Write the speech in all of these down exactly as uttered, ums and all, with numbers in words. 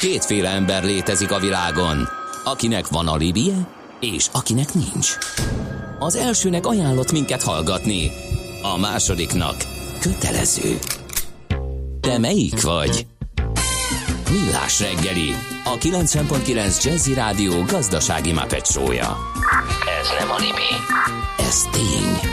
Kétféle ember létezik a világon, akinek van alibije, és akinek nincs. Az elsőnek ajánlott minket hallgatni, a másodiknak kötelező. Te melyik vagy? Millás reggeli, a kilencven pont kilenc Jazzy Rádió gazdasági Muppet show-ja. Ez nem alibi, ez tény.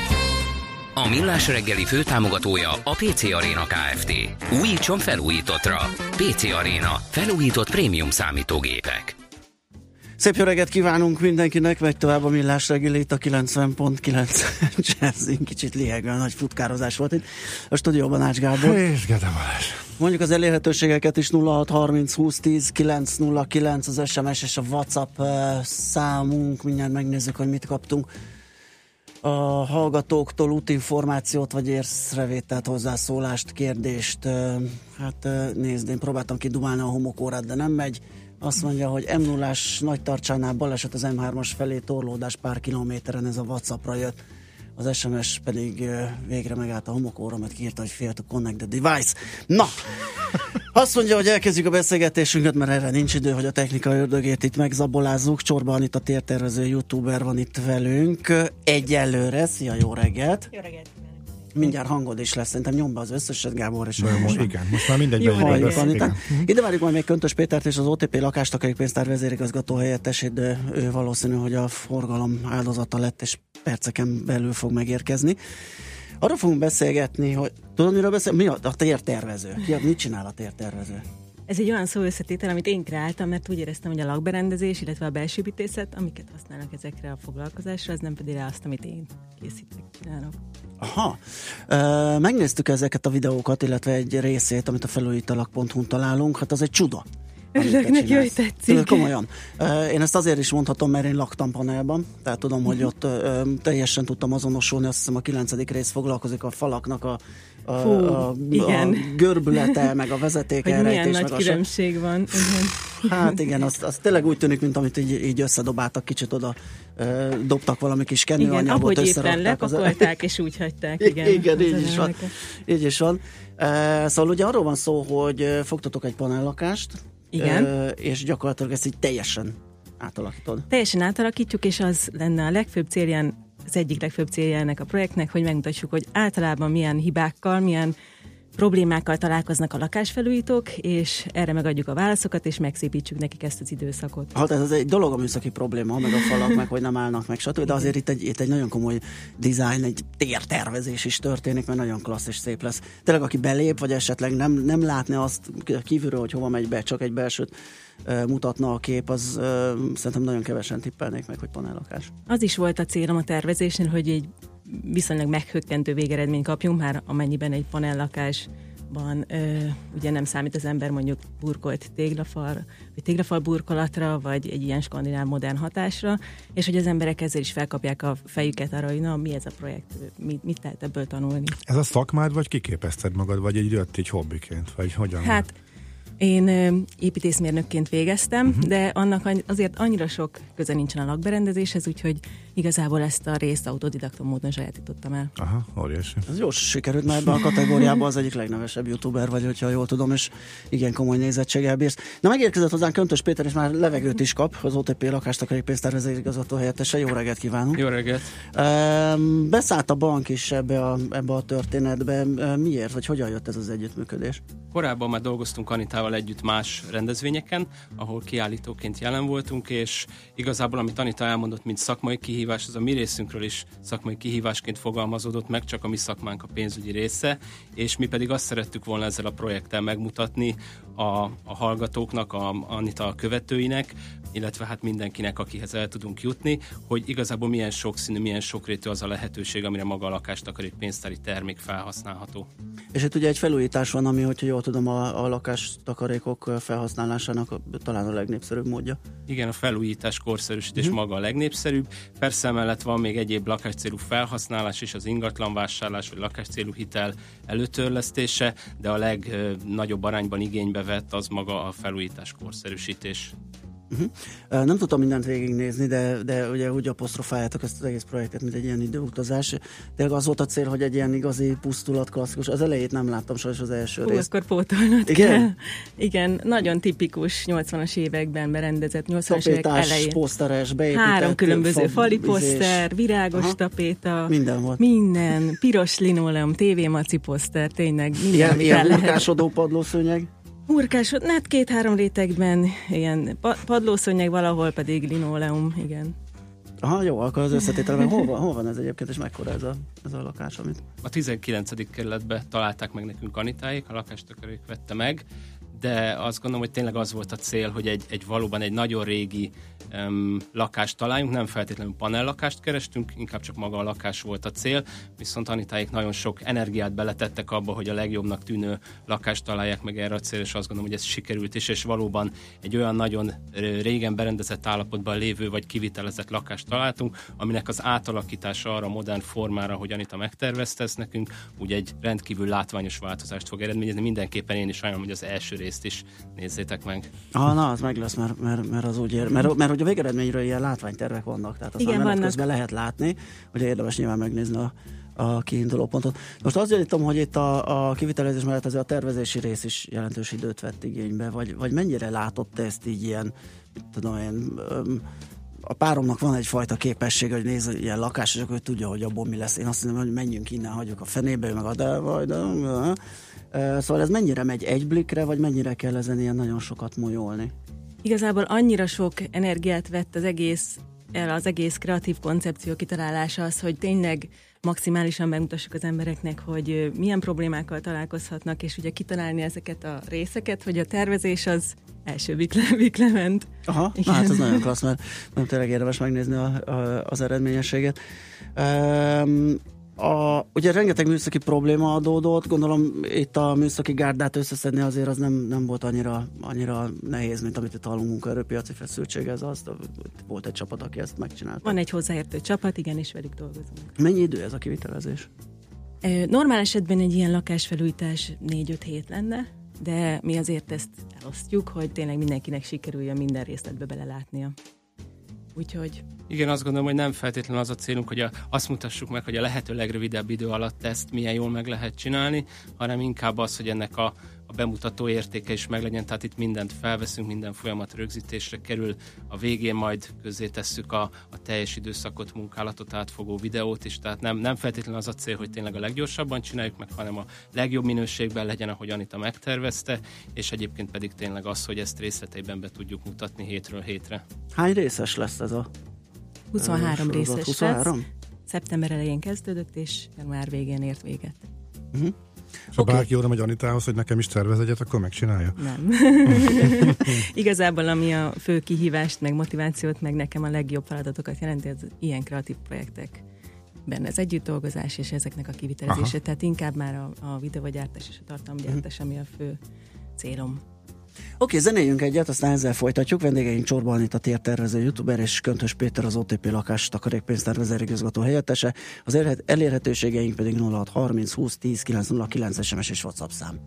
A Millás reggeli főtámogatója a pé cé Arena Kft. Újítson felújítottra. pé cé Arena. Felújított prémium számítógépek. Szép jó reggelt kívánunk mindenkinek, megy tovább a Millás reggeli, itt a kilencven pont kilenc Jazzin, kicsit lihegő, nagy futkározás volt itt. A stúdióban Ács Gábor. És Gede Balázs. Mondjuk az elérhetőségeket is nulla hat harminc húsz tíz kilenc nulla kilenc az es em es és a WhatsApp számunk, mindjárt megnézzük, hogy mit kaptunk a hallgatóktól, útinformációt, vagy észrevételt, hozzászólást, kérdést. Hát nézd, én próbáltam kidumálni a homokórát, de nem megy. Azt mondja, hogy em nullás Nagytarcsánál baleset az em hármas felé, torlódás pár kilométeren, ez a WhatsAppra jött. Az es em es pedig végre megállt a homokóra, mert kiírta, hogy fail to connect the device. Na! Azt mondja, hogy elkezdjük a beszélgetésünket, mert erre nincs idő, hogy a technika ördögét itt megzabolázzuk. Csorba Anita tértervező youtuber van itt velünk. Egyelőre. Szia, jó reggelt! Jó reggelt! Mindjárt hangod is lesz, szerintem nyom be az összeset, Gábor, és most, most igen, most már mindegy. Jó, halljuk, Anita. Ide várjuk majd még Köntös Pétert és az o té pé lakástakarékpénztár vezérigazgató helyettesét, de ő valószínű, hogy a forgalom áldozata lett, és perceken belül fog megérkezni. Arra fogunk beszélgetni, hogy tudod, miről beszél? Mi a, a tértervező? Ki, mit csinál a tértervező? Ez egy olyan szó összetétel, amit én kreáltam, mert úgy éreztem, hogy a lakberendezés, illetve a belsőépítészet, amiket használnak ezekre a foglalkozásra, az nem pedig rá azt, amit én készítek, csinálok. Aha. Uh, megnéztük ezeket a videókat, illetve egy részét, amit a felújítalak pont hu-n találunk. Hát az egy csuda. Örülök neki, hogy tetszik. Tudod, komolyan. Uh, én ezt azért is mondhatom, mert én laktam panelban, tehát tudom, hogy ott uh, teljesen tudtam azonosulni, azt hiszem a kilencedik rész foglalkozik a falaknak a A, Fú, a, igen. a görbülete, meg a vezeték hogy elrejtés. milyen nagy különbség a... van. Igen. Hát igen, az, az tényleg úgy tűnik, mint amit így, így összedobáltak, kicsit oda ö, dobtak valami kis kenőanyagot, igen, ahogy éppen lepakolták, és úgy hagyták. Igen, igen így is van. Így is van. Uh, szóval ugye arról van szó, hogy uh, fogtatok egy panellakást, igen. Uh, és gyakorlatilag ezt így teljesen átalakítod. Teljesen átalakítjuk, és az lenne a legfőbb célján, az egyik legfőbb célja ennek a projektnek, hogy megmutassuk, hogy általában milyen hibákkal, milyen problémákkal találkoznak a lakásfelújítók, és erre megadjuk a válaszokat, és megszépítsük nekik ezt az időszakot. Hát ez egy dolog a műszaki probléma, meg a falak, meg hogy nem állnak meg, stb. De azért itt egy, itt egy nagyon komoly design, egy tértervezés is történik, mert nagyon klassz és szép lesz. Tényleg, aki belép, vagy esetleg nem, nem látni azt kívülről, hogy hova megy be, csak egy belsőt uh, mutatna a kép, az uh, szerintem nagyon kevesen tippelnék meg, hogy panellakás. Az is volt a célom a tervezésnél, hogy egy viszonylag meghökkentő végeredményt kapjunk, már amennyiben egy panellakásban ö, ugye nem számít az ember mondjuk burkolt téglafal, vagy téglafal burkolatra, vagy egy ilyen skandináv modern hatásra, és hogy az emberek ezzel is felkapják a fejüket arra, hogy na, mi ez a projekt, mit, mit lehet ebből tanulni. Ez a szakmád, vagy kiképezted magad, vagy egy jött egy hobbiként, vagy hogyan? Hát én ö, építészmérnökként végeztem, uh-huh. de annak azért annyira sok köze nincsen a lakberendezéshez, úgyhogy igazából ezt a részt autodidakta módon sajátítottam el. Aha, óriási. Ez jó sikerült, mert ebben a kategóriában az egyik legnevesebb youtuber vagy, hogyha jól tudom, és igen komoly nézettséggel bírsz. Na, megérkezett hozzánk Köntös Péter, és már levegőt is kap, az o té pé lakástakarékpénztár vezérigazgató helyettese. Jó reggelt kívánunk! Jó reggelt! Um, beszállt a bank is ebbe a, ebbe a történetbe. Um, miért, vagy hogyan jött ez az együttműködés? Korábban már dolgoztunk Anitával együtt más rendezvényeken, ahol kiállítóként jelen voltunk, és igazából, amit Anita elmondott, mint szakmai kihívás, az a mi részünkről is szakmai kihívásként fogalmazódott meg, csak a mi szakmánk a pénzügyi része, és mi pedig azt szerettük volna ezzel a projekttel megmutatni a, a hallgatóknak, a Anita a követőinek, illetve hát mindenkinek, akihez el tudunk jutni, hogy igazából milyen sokszínű, milyen sokrétű az a lehetőség, amire maga a lakástakarékpénztári termék felhasználható. És itt ugye egy felújítás van, ami, hogyha jól tudom, a, a lakástakarékok felhasználásának a, talán a legnépszerűbb módja. Igen, a felújítás, korszerűsítés uh-huh. maga a legnépszerűbb. Persze emellett van még egyéb lakáscélú felhasználás is, az ingatlanvásárlás vagy lakáscélú hitel előtörlesztése, de a legnagyobb arányban igénybe vett az maga a felújítás, korszerűsítés. Uh-huh. Nem tudtam mindent végignézni, de, de ugye úgy apostrofáljátok ezt az egész projektet, mint egy ilyen időutazás. Tényleg az volt a cél, hogy egy ilyen igazi pusztulat, klasszikus. Az elejét nem láttam sajnos az első Hú, részt. akkor pótolnod Igen? kell. Igen, nagyon tipikus nyolcvanas években berendezett, nyolcvanas évek elején. Poszteres, beépített. Három különböző fa, fali izés. poszter, virágos Aha. tapéta. Minden volt. Minden. Piros linóleum, tévémaci poszter, tényleg minden, Ilyen, amit ilyen el lehet. hurkásodó padlószőnyeg. Hurkás, hát két-három rétegben ilyen pa- padlószőnyeg, valahol pedig linóleum, igen. Aha, jó, akkor az összetételben hol van, hol van ez egyébként, és mekkora ez a, ez a lakás, amit... A tizenkilencedik kerületbe találták meg nekünk Anitáék, a lakástökörők vette meg, de azt gondolom, hogy tényleg az volt a cél, hogy egy, egy valóban egy nagyon régi um, lakást találjunk, nem feltétlenül panellakást kerestünk, inkább csak maga a lakás volt a cél, viszont Anitáék nagyon sok energiát beletettek abba, hogy a legjobbnak tűnő lakást találják meg erre a cél, és azt gondolom, hogy ez sikerült is, és valóban egy olyan nagyon régen berendezett állapotban lévő vagy kivitelezett lakást találtunk, aminek az átalakítása arra a modern formára, hogy Anita megtervezte ezt nekünk, úgy egy rendkívül látványos változást fog eredményezni. Mindenképpen én is ajánlom, hogy az első részt is nézzétek meg. Ah, na, az meg lesz, mert, mert, mert az úgy ér, mert, mert hogy a végeredményről ilyen látványtervek vannak, tehát azt Igen, menet vannak. közben lehet látni, hogy érdemes nyilván megnézni a, a kiinduló pontot. Most azt gyanítom, hogy itt a, a kivitelezés mellett azért a tervezési rész is jelentős időt vett igénybe, vagy, vagy mennyire látott ezt így ilyen, mit tudom én, öm, a páromnak van egyfajta képessége, hogy nézze ilyen lakás, és akkor ő tudja, hogy abból mi lesz. Én azt mondom, hogy menjünk innen, hagyjuk a fenébe, meg a de, vagy de, de. Szóval ez mennyire megy egy blikre, vagy mennyire kell ezen ilyen nagyon sokat molyolni? Igazából annyira sok energiát vett az egész, el az egész kreatív koncepció kitalálása az, hogy tényleg maximálisan megmutassuk az embereknek, hogy milyen problémákkal találkozhatnak, és ugye kitalálni ezeket a részeket, hogy a tervezés az első vikle, vikle ment. Aha, na, hát ez nagyon klassz, mert nem tényleg érdemes megnézni a, a, az eredményességet. Um, A, ugye rengeteg műszaki probléma adódott, gondolom itt a műszaki gárdát összeszedni azért az nem, nem volt annyira, annyira nehéz, mint amit itt hallunk munkaerőpiaci feszültség, ez az, volt egy csapat, aki ezt megcsinálta. Van egy hozzáértő csapat, igen, és velük dolgozunk. Mennyi idő ez a kivitelezés? Normál esetben egy ilyen lakásfelújítás négy-öt hét lenne, de mi azért ezt elosztjuk, hogy tényleg mindenkinek sikerüljön minden részletbe belelátnia. Úgyhogy... Igen, azt gondolom, hogy nem feltétlenül az a célunk, hogy a, azt mutassuk meg, hogy a lehető legrövidebb idő alatt ezt milyen jól meg lehet csinálni, hanem inkább az, hogy ennek a, a bemutató értéke is meglegyen, tehát itt mindent felveszünk, minden folyamat rögzítésre kerül, a végén majd közzétesszük a, a teljes időszakot, munkálatot átfogó videót is, tehát nem, nem feltétlenül az a cél, hogy tényleg a leggyorsabban csináljuk meg, hanem a legjobb minőségben legyen, ahogy Anita megtervezte, és egyébként pedig tényleg az, hogy ezt részleteiben be tudjuk mutatni hétről hétre. Hány részes lesz ez a huszonhárom részes huszonhárom? lesz. Szeptember elején kezdődött, és január végén ért véget. Uh-huh. És ha okay. bárki oda megy Anitához, hogy nekem is tervez egyet, akkor megcsinálja? Nem. Igazából ami a fő kihívást, meg motivációt, meg nekem a legjobb feladatokat jelenti, az ilyen kreatív projektek. Benne az együttdolgozás és ezeknek a kivitelezése. Aha. Tehát inkább már a, a videógyártás és a tartalomgyártás, ami a fő célom. Oké, okay, zenéljünk egyet, aztán ezzel folytatjuk. Vendégeink Csorba Anita tértervező youtuber és Köntös Péter az o té pé lakás takarékpénztervező igazgató helyettese. Az elérhetőségeink pedig nulla hat harminc húsz tíz kilenc nulla kilenc es em es és WhatsApp szám.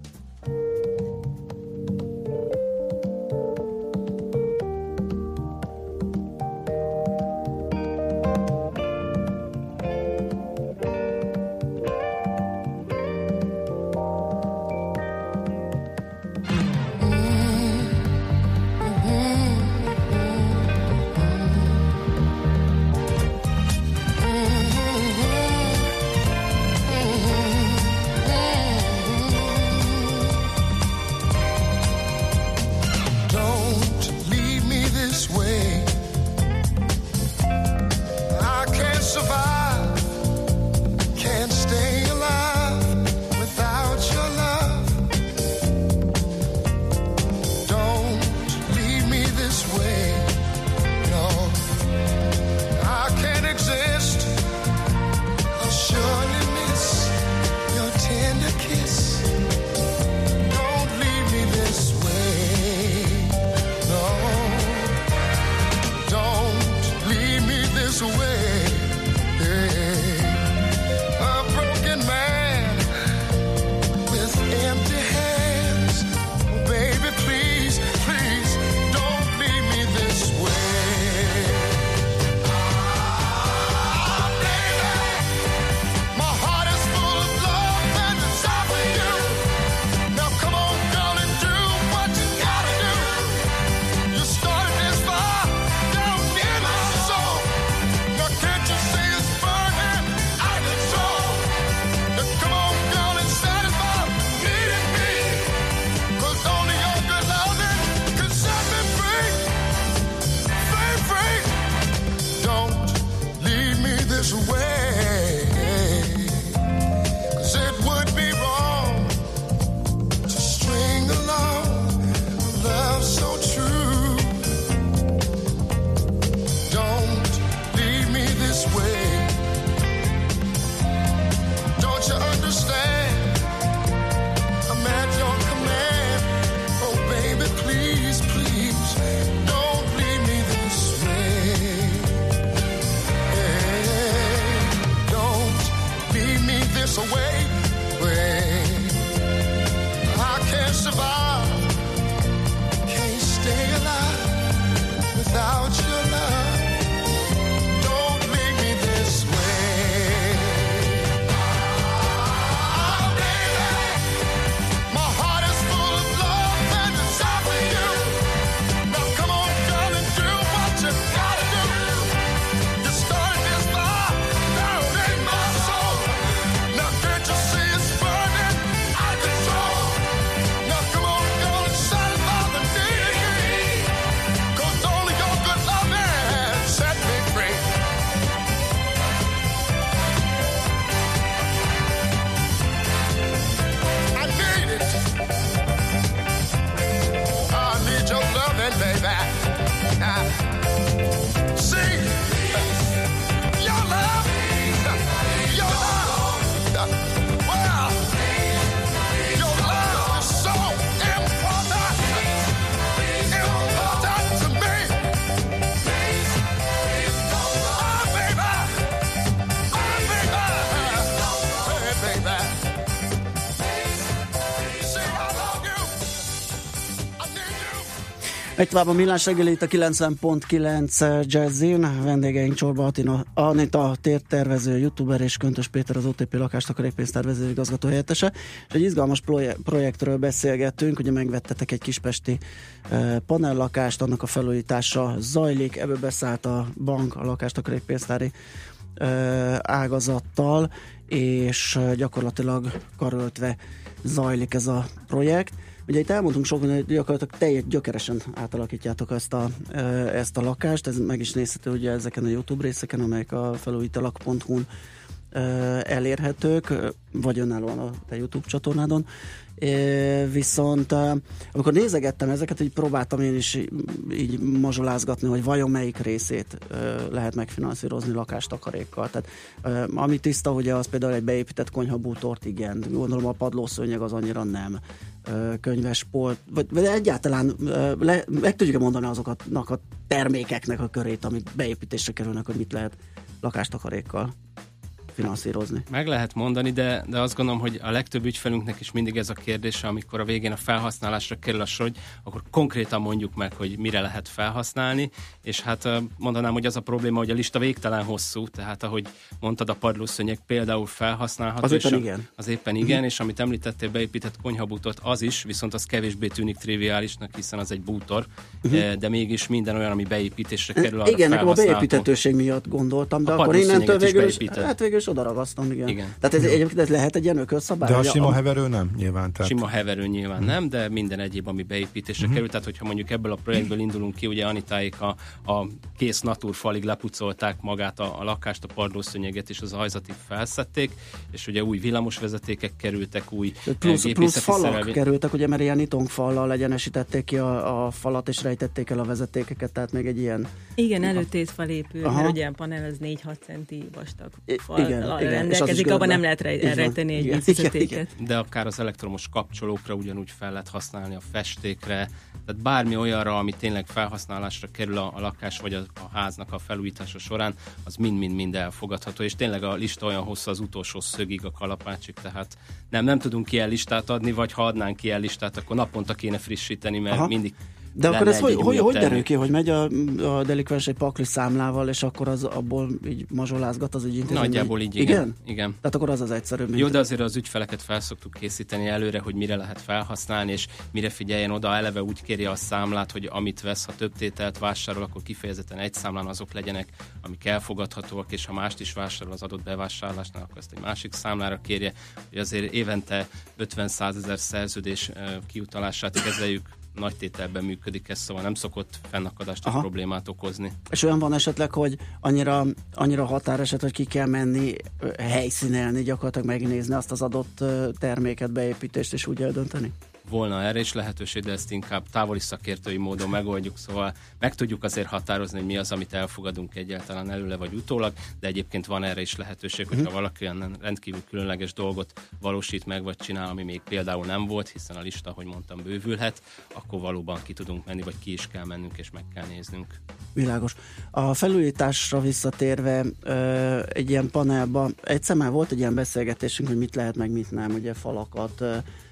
Egy tovább a Millás reggeli itt a kilencven pont kilenc Jazzin. Vendégeink Csorba Atina, Anita tértervező, youtuber és Köntös Péter, az o té pé lakástakarékpénztár vezérigazgató helyettese. És egy izgalmas projektről beszélgettünk, ugye megvettetek egy kispesti uh, panellakást, annak a felújítása zajlik, ebből beszállt a bank a lakástakarékpénztári uh, ágazattal, és uh, gyakorlatilag karöltve zajlik ez a projekt. Ugye itt elmondtunk sokan, hogy gyakorlatilag teljes gyökeresen átalakítjátok ezt a, ezt a lakást, ez meg is nézhető ugye ezeken a YouTube részeken, amelyek a felújítalak pont hu-n elérhetők, vagy önállóan a te YouTube csatornádon. Viszont amikor nézegettem ezeket, így próbáltam én is így mazsolázgatni, hogy vajon melyik részét lehet megfinanszírozni lakástakarékkal. Tehát ami tiszta, hogy az például egy beépített konyhabútort, igen, gondolom a padlószőnyeg az annyira nem, könyvespolt, vagy, vagy egyáltalán le, meg tudjuk mondani azoknak a termékeknek a körét, amik beépítésre kerülnek, hogy mit lehet lakástakarékkal finanszírozni. Meg lehet mondani, de, de azt gondolom, hogy a legtöbb ügyfelünknek is mindig ez a kérdése, amikor a végén a felhasználásra kerül a sor, hogy akkor konkrétan mondjuk meg, hogy mire lehet felhasználni, és hát mondanám, hogy az a probléma, hogy a lista végtelen hosszú, tehát ahogy mondtad, a padlószőnyeg például felhasználható. Az éppen a, igen. Az éppen igen, uh-huh. És amit említettél, beépített konyhabútort, az is, viszont az kevésbé tűnik triviálisnak, hiszen az egy bútor, uh-huh. de mégis minden olyan, ami beépítésre kerül, arra igen, nekem a beépítetőség miatt gondoltam, de a akkor innentől végül is, hát végül is oda ragasztom, igen. igen. Tehát ez, egyébként ez lehet egy ilyen ökölszabály? De a sima a... heverő nem, nyilván. Tehát... Sima heverő nyilván hmm. nem, de minden egyéb, ami beépítésre hmm. kerül. Tehát, hogyha mondjuk ebből a projektből indulunk ki, ugye Anitáik a, a kész naturfalig lepucolták magát a, a lakást, a padlószőnyeget és az ajzatit felszették, és ugye új villamosvezetékek kerültek, új plusz, plusz falak szerelvény... kerültek, ugye, mert ilyen nitongfallal egyenesítették ki a, a falat, és rejtették el a vezetékeket, tehát még egy ilyen... Igen, előtétfal épül, mert ugye a panel az négy-hat centi vastag fal. Igen, rendelkezik, abban nem lehet elrejteni egy vízvezetéket. De akár az elektromos kapcsolókra ugyanúgy fel lehet használni, a festékre, tehát bármi olyanra, ami tényleg felhasználásra kerül a, a lakás vagy a, a háznak a felújítása során, az mind-mind-mind elfogadható, és tényleg a lista olyan hosszú az utolsó szögig, a kalapácsig, tehát nem, nem tudunk ilyen listát adni, vagy ha adnánk ilyen listát, akkor naponta kéne frissíteni, mert Aha. mindig De akkor ez hogy, hogy, hogy derül ki, hogy megy a, a delikvens egy pakli számlával, és akkor az abból így mazsolázgat az ügyintézmény? Nagyjából így, igen. igen. igen. Tehát akkor az az egyszerűbb. Jó, de azért az ügyfeleket fel szoktuk készíteni előre, hogy mire lehet felhasználni, és mire figyeljen oda. Eleve úgy kéri a számlát, hogy amit vesz, ha több tételt vásárol, akkor kifejezetten egy számlán azok legyenek, amik elfogadhatóak, és ha mást is vásárol az adott bevásárlásnál, akkor ezt egy másik számlára kérje, hogy azért évente ötven-százezer szerződés kiutalását kezeljük. Nagy tételben működik ez, szóval nem szokott fennakadást, a problémát okozni. És olyan van esetleg, hogy annyira, annyira határeset, hogy ki kell menni, helyszínelni, gyakorlatilag megnézni azt az adott terméket, beépítést, és úgy eldönteni? Volna erre is lehetőség, de ezt inkább távoli szakértői módon megoldjuk, szóval meg tudjuk azért határozni, hogy mi az, amit elfogadunk egyáltalán előle vagy utólag, de egyébként van erre is lehetőség, hogyha uh-huh. valaki olyan rendkívül különleges dolgot valósít meg, vagy csinál, ami még például nem volt, hiszen a lista, ahogy mondtam, bővülhet, akkor valóban ki tudunk menni, vagy ki is kell mennünk, és meg kell néznünk. Világos. A felújításra visszatérve egy ilyen panelban, egyszer már volt egy ilyen beszélgetésünk, hogy mit lehet, meg mit nem, ugye falakat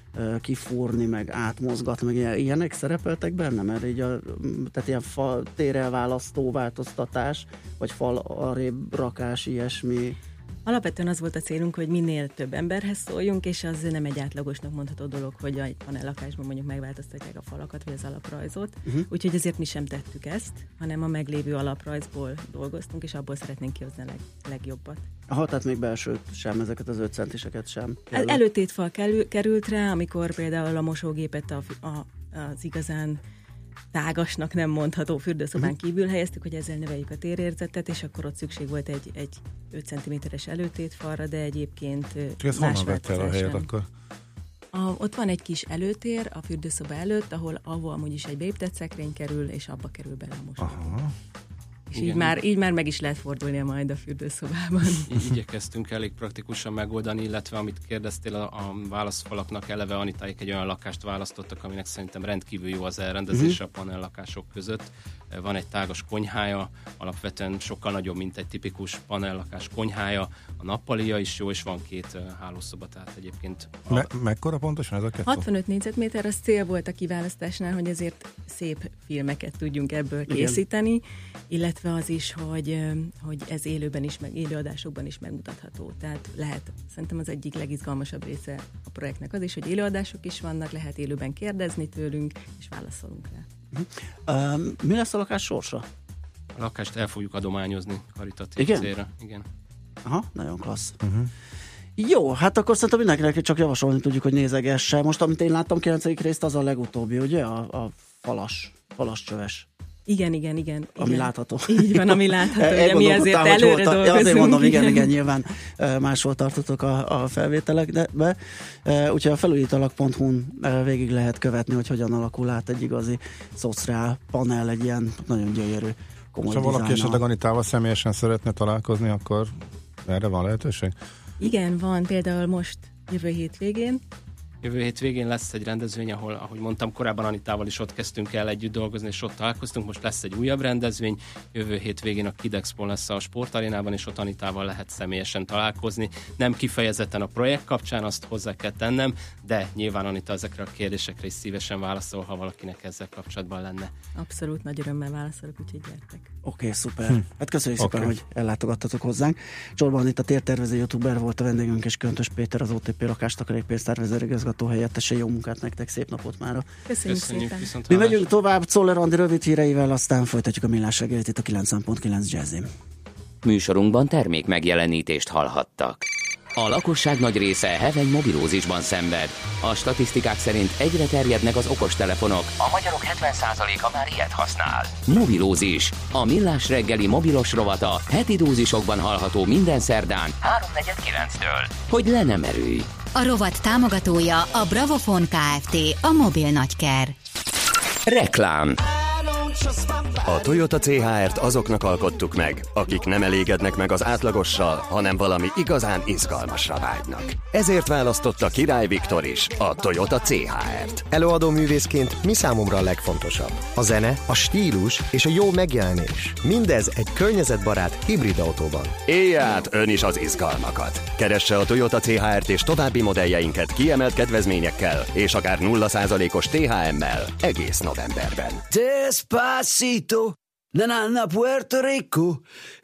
kifúrni, meg átmozgatni, meg ilyenek szerepeltek benne, mert így a, tehát ilyen fal térelválasztó változtatás, vagy fal arrébb rakás, ilyesmi. Alapvetően az volt a célunk, hogy minél több emberhez szóljunk, és az nem egy átlagosnak mondható dolog, hogy egy panellakásban mondjuk megváltoztatják a falakat, vagy az alaprajzot. Uh-huh. Úgyhogy ezért mi sem tettük ezt, hanem a meglévő alaprajzból dolgoztunk, és abból szeretnénk kihozni a leg, legjobbat. Aha, tehát még belsőt sem, ezeket az öt centiseket sem. El, előtétfal került rá, amikor például a mosógépet a, a, az igazán tágasnak nem mondható fürdőszobán uh-huh. kívül helyeztük, hogy ezzel növeljük a térérzetet, és akkor ott szükség volt egy, egy öt centiméteres előtétfalra, de egyébként ez honnan vett el a helyet akkor? A, ott van egy kis előtér a fürdőszoba előtt, ahol, ahol amúgy is egy beépített szekrény kerül, és abba kerül bele a mosógép. És így már, így már meg is lehet fordulnia majd a fürdőszobában. Így igyekeztünk elég praktikusan megoldani, illetve amit kérdeztél a, a válaszfalaknak, eleve Anitáik egy olyan lakást választottak, aminek szerintem rendkívül jó az elrendezése uh-huh. a panellakások között. Van egy tágas konyhája, alapvetően sokkal nagyobb, mint egy tipikus panellakás konyhája. A nappalia is jó, és van két hálószoba, tehát egyébként... A... Me- mekkora pontosan ez a kettő? hatvanöt négyzetméter, az cél volt a kiválasztásnál, hogy azért szép filmeket tudjunk ebből készíteni, igen. illetve az is, hogy, hogy ez élőben is, meg élőadásokban is megmutatható. Tehát lehet, szerintem az egyik legizgalmasabb része a projektnek az is, hogy élőadások is vannak, lehet élőben kérdezni tőlünk, és válaszolunk rá. Uh, mi lesz a lakás sorsa? A lakást el fogjuk adományozni karitatív igen? célra. Igen. Aha, nagyon klassz. Uh-huh. Jó, hát akkor szerintem mindenkinek csak javasolni tudjuk, hogy nézegesse. Most, amit én láttam, kilencedik részt, az a legutóbbi, ugye? A, a falas, falas csöves. Igen, igen, igen. Ami igen. látható. Így van, ami látható, ugye mi azért előre dolgozunk. Ja, azért mondom, igen, igen, nyilván máshol tartotok a, a felvételekbe. Úgyhogy a felújítalak pont hu-n végig lehet követni, hogy hogyan alakul át egy igazi szociál panel, egy ilyen nagyon gyönyörű, komoly dizájnnal. Ha valaki esetleg Anitával személyesen szeretne találkozni, akkor erre van lehetőség? Igen, van, például most jövő hétvégén. Jövő hét végén lesz egy rendezvény, ahol, ahogy mondtam, korábban Anitával is ott kezdtünk el együtt dolgozni, és ott találkoztunk, most lesz egy újabb rendezvény. Jövő hét végén a Kidexpo lesz a sportarénában, és ott Anitával lehet személyesen találkozni. Nem kifejezetten a projekt kapcsán, azt hozzá kell tennem, de nyilván Anita ezekre a kérdésekre is szívesen válaszol, ha valakinek ezzel kapcsolatban lenne. Abszolút, nagy örömmel válaszolok, úgyhogy gyertek. Oké, okay, szuper. Hm. Hát köszönjük okay. szépen, hogy ellátogattatok hozzánk. Csorba Anita tértervező youtuber volt a vendégünk, és Köntös Péter, az o té pé lakástakarékpénztervező igazgató helyettese. Jó munkát nektek, szép napot mára. Köszönjük, Köszönjük szépen. Mi megyünk tovább Czoller Andi rövid híreivel, aztán folytatjuk a millás reggelit itt a kilencven pont kilenc Jazzin. Műsorunkban termék megjelenítést hallhattak. A lakosság nagy része heveny mobilózisban szenved. A statisztikák szerint egyre terjednek az okostelefonok. A magyarok hetven százaléka már ilyet használ. Mobilózis. A millás reggeli mobilos rovata heti dózisokban hallható minden szerdán háromnegyed kilenctől. Hogy le nem erőj. A rovat támogatója a Bravofon Kft. A mobil nagyker. Reklám. A Toyota cé há er-t azoknak alkottuk meg, akik nem elégednek meg az átlagossal, hanem valami igazán izgalmasra vágynak. Ezért választotta Király Viktor is a Toyota cé há er-t. Előadó művészként mi számomra a legfontosabb? A zene, a stílus és a jó megjelenés. Mindez egy környezetbarát hibrid autóban. Élj át ön is az izgalmakat. Keresse a Toyota cé há er-t és további modelljeinket kiemelt kedvezményekkel és akár nulla százalékos té há em-mel egész novemberben. Despacito, na Puerto Rico,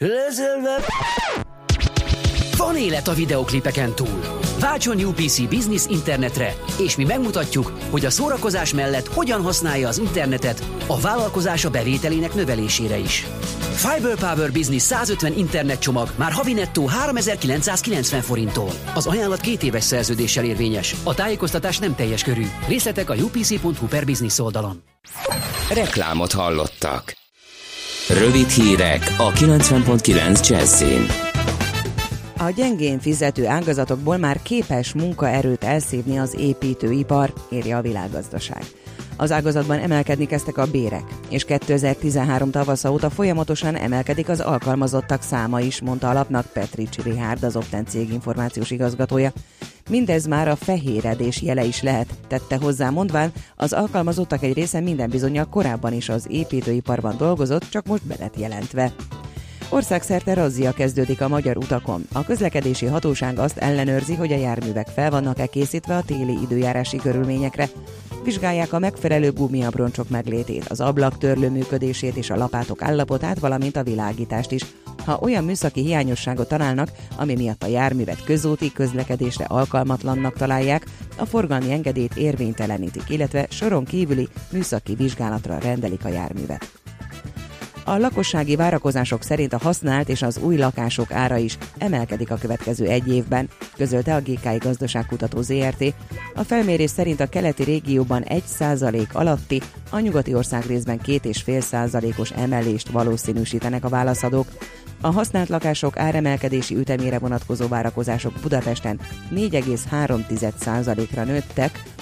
van élet a videoklipeken túl. Váltson u pé cé Business internetre, és mi megmutatjuk, hogy a szórakozás mellett hogyan használja az internetet a vállalkozása bevételének növelésére is. Fiber Power Business százötven internetcsomag már havi nettó háromezer-kilencszázkilencven forinttól. Az ajánlat két éves szerződéssel érvényes. A tájékoztatás nem teljes körű. Részletek a u pé cé pont hu per business oldalon. Reklámot hallottak. Rövid hírek a kilencven pont kilenc Jazzin. A gyengén fizető ágazatokból már képes munkaerőt elszívni az építőipar, írja a Világgazdaság. Az ágazatban emelkedni kezdtek a bérek, és kétezer-tizenhárom tavasza óta folyamatosan emelkedik az alkalmazottak száma is, mondta a lapnak Petrics Richárd, az Opten cég információs igazgatója. Mindez már a fehéredés jele is lehet, tette hozzá, mondván, az alkalmazottak egy része minden bizonnyal korábban is az építőiparban dolgozott, csak most be lett jelentve. Országszerte razzia kezdődik a magyar utakon. A közlekedési hatóság azt ellenőrzi, hogy a járművek fel vannak-e készítve a téli időjárási körülményekre. Vizsgálják a megfelelő gumiabroncsok meglétét, az ablaktörlő működését és a lapátok állapotát, valamint a világítást is. Ha olyan műszaki hiányosságot találnak, ami miatt a járművet közúti közlekedésre alkalmatlannak találják, a forgalmi engedélyt érvénytelenítik, illetve soron kívüli műszaki vizsgálatra rendelik a járművet. A lakossági várakozások szerint a használt és az új lakások ára is emelkedik a következő egy évben, közölte a gé ká i Gazdaságkutató zé er té. A felmérés szerint a keleti régióban egy százalék alatti, a nyugati országrészben két egész öt százalékos emelést valószínűsítenek a válaszadók. A használt lakások áremelkedési ütemére vonatkozó várakozások Budapesten négy egész három százalékra nőttek,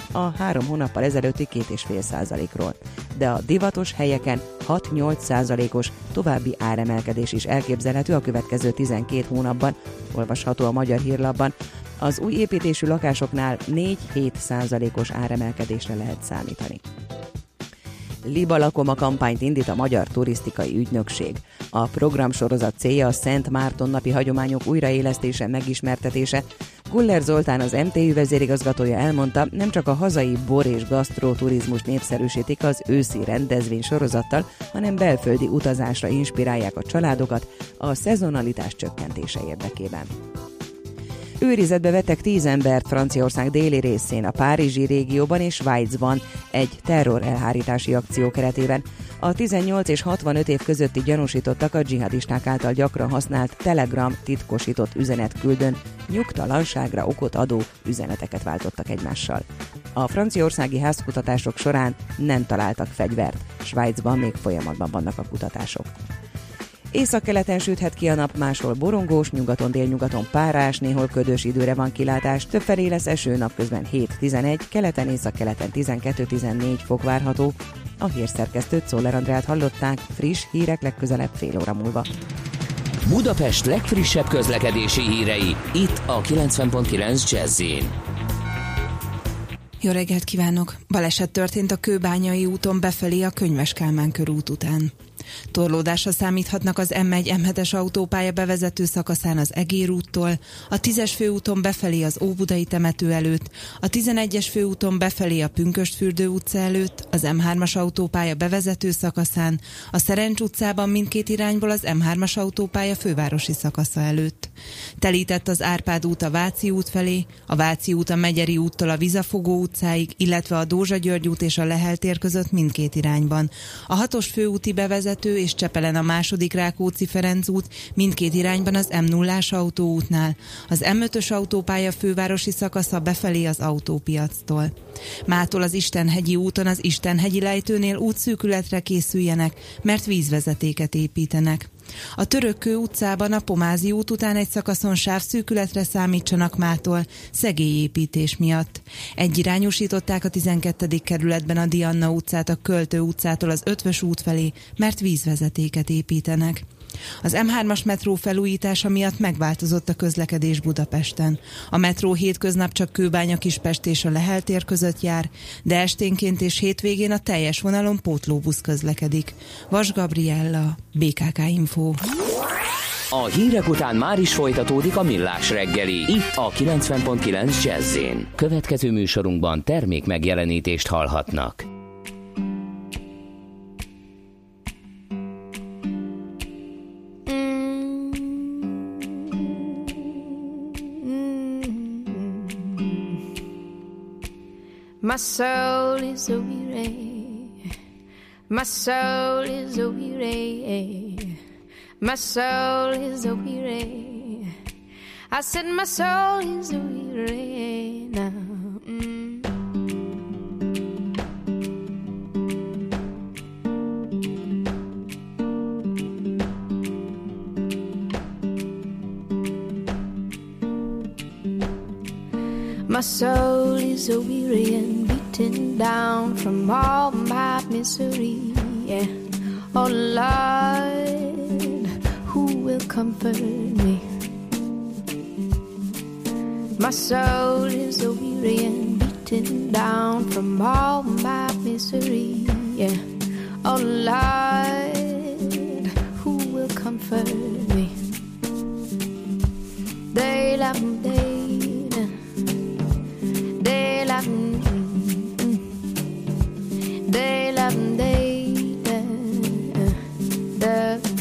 a három hónappal ezelőtti két egész öt százalékról. De a divatos helyeken hat-nyolc százalékos további áremelkedés is elképzelhető a következő tizenkét hónapban, olvasható a Magyar Hírlapban. Az új építésű lakásoknál négy-hét százalékos áremelkedésre lehet számítani. Liba lakoma kampányt indít a Magyar Turisztikai Ügynökség. A programsorozat célja a Szent Márton napi hagyományok újraélesztése, megismertetése. Guller Zoltán, az em té ü vezérigazgatója elmondta, nem csak a hazai bor és gasztroturizmust népszerűsítik az őszi rendezvény sorozattal, hanem belföldi utazásra inspirálják a családokat a szezonalitás csökkentése érdekében. Őrizetbe vettek tíz embert Franciaország déli részén, a párizsi régióban és Svájcban egy terror elhárítási akció keretében. A tizennyolc és hatvanöt év közötti gyanúsítottak a dzsihadisták által gyakran használt Telegram titkosított üzenetküldőn nyugtalanságra okot adó üzeneteket váltottak egymással. A franciaországi házkutatások során nem találtak fegyvert, Svájcban még folyamatban vannak a kutatások. Északkeleten süthet ki a nap, máshol borongós, nyugaton délnyugaton párás, néhol ködös időre van kilátás, többfelé lesz eső, napközben hét-tizenegy, keleten északkeleten tizenkettő-tizennégy fok várható. A hírszerkesztőt, Czoller Andrát hallották, friss hírek legközelebb fél óra múlva. Budapest legfrissebb közlekedési hírei, itt a kilencven pont kilenc Jazz-in. Jó reggelt kívánok! Baleset történt a Kőbányai úton befelé a Könyves Kálmán körút után. Torlódásra számíthatnak az em egy em hetes autópálya bevezető szakaszán az Egér úttól, a tízes főúton befelé az Óbudai temető előtt, a tizenegyes főúton befelé a Pünkösdfürdő utca előtt, az em hármas autópálya bevezető szakaszán, a Szerencs utcában mindkét irányból az em hármas autópálya fővárosi szakasza előtt. Telített az Árpád út a Váci út felé, a Váci út a Megyeri úttól a Vizafogó utcáig, illetve a Dózsa György út és a Lehel tér között mindkét irányban. A hatos főúti bevezető és Csepelen a második Rákóczi-Ferenc út mindkét irányban az em nullás autóútnál, az em ötös autópálya fővárosi szakasza befelé az autópiactól. Mától az Istenhegyi úton az Istenhegyi lejtőnél útszűkületre készüljenek, mert vízvezetéket építenek. A Törökkő utcában a Pomázi út után egy szakaszon sávszűkületre számítsanak mától, szegélyépítés miatt. Egyirányosították a tizenkettedik kerületben a Dianna utcát a Költő utcától az Ötvös út felé, mert vízvezetéket építenek. Az em hármas metró felújítása miatt megváltozott a közlekedés Budapesten. A metró hétköznap csak Kőbánya-Kispest és a Lehel tér között jár, de esténként és hétvégén a teljes vonalon pótlóbusz közlekedik. Vas Gabriella, bé ká ká Info. A hírek után már is folytatódik a Millás reggeli, itt a kilencven pont kilenc Jazz-in. Következő műsorunkban termék megjelenítést hallhatnak. My soul is a weary, my soul is a weary, my soul is a weary. I said my soul is a weary now. Mm. My soul is a weary and beaten down from all my misery. Yeah. Oh Lord, who will comfort me? My soul is a weary and beaten down from all my misery. Yeah. Oh Lord, who will comfort me? They love me, they They love me, they love me, they love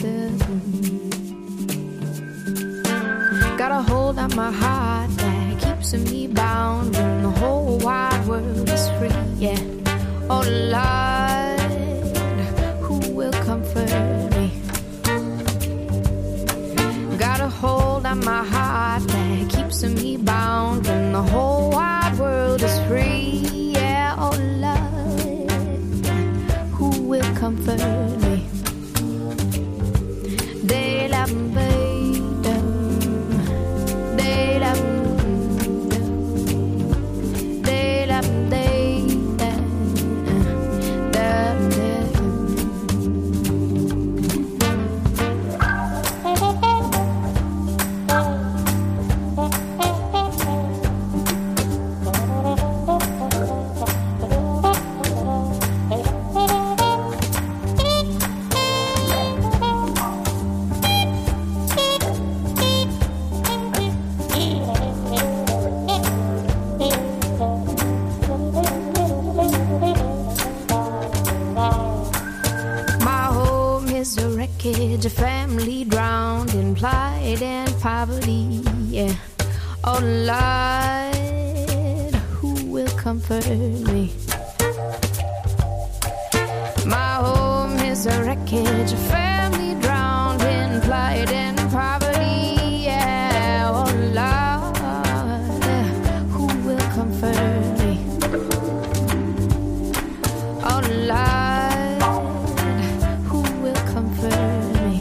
Got a hold on my heart that keeps me bound when the whole wide world is free, yeah. Oh Lord, who will comfort me? Got a hold on my heart that keeps me bound when the whole wide world is free, yeah. Oh Lord, who will comfort me? They love me, baby. They love me, they love me, they wreckage, a family drowned in plight and poverty. Yeah. Oh Lord, who will comfort me? My home is a wreckage, a family drowned in plight and poverty. Yeah. Oh Lord, who will comfort me? Oh Lord, who will comfort me?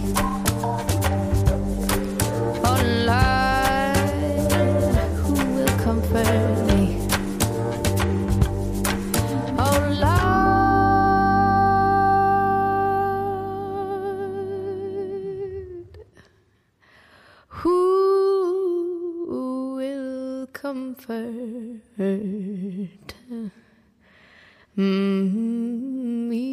Oh Lord, who will comfort me? Oh Lord, who will comfort me?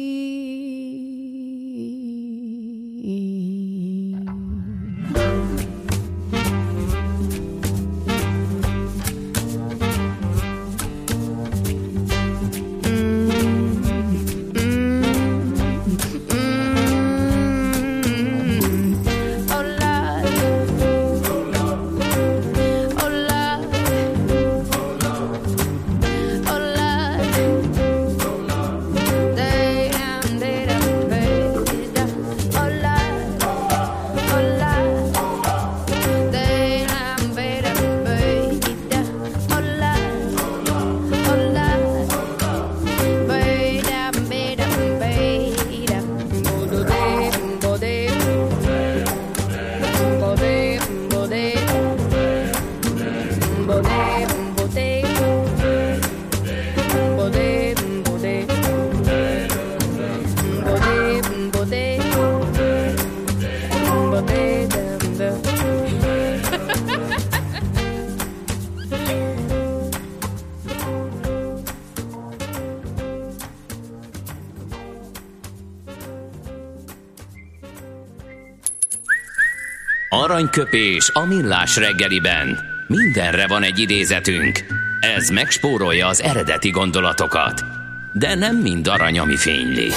Aranyköpés a millás reggeliben. Mindenre van egy idézetünk. Ez megspórolja az eredeti gondolatokat. De nem mind arany, ami fényli.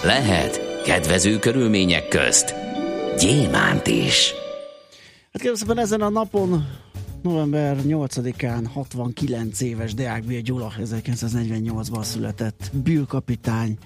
Lehet kedvező körülmények közt gyémánt is. Hát kérlek szépen, ezen a napon, november nyolcadikán hatvankilenc éves Deák Béla Gyula ezerkilencszáznegyvennyolcban született Bill kapitány,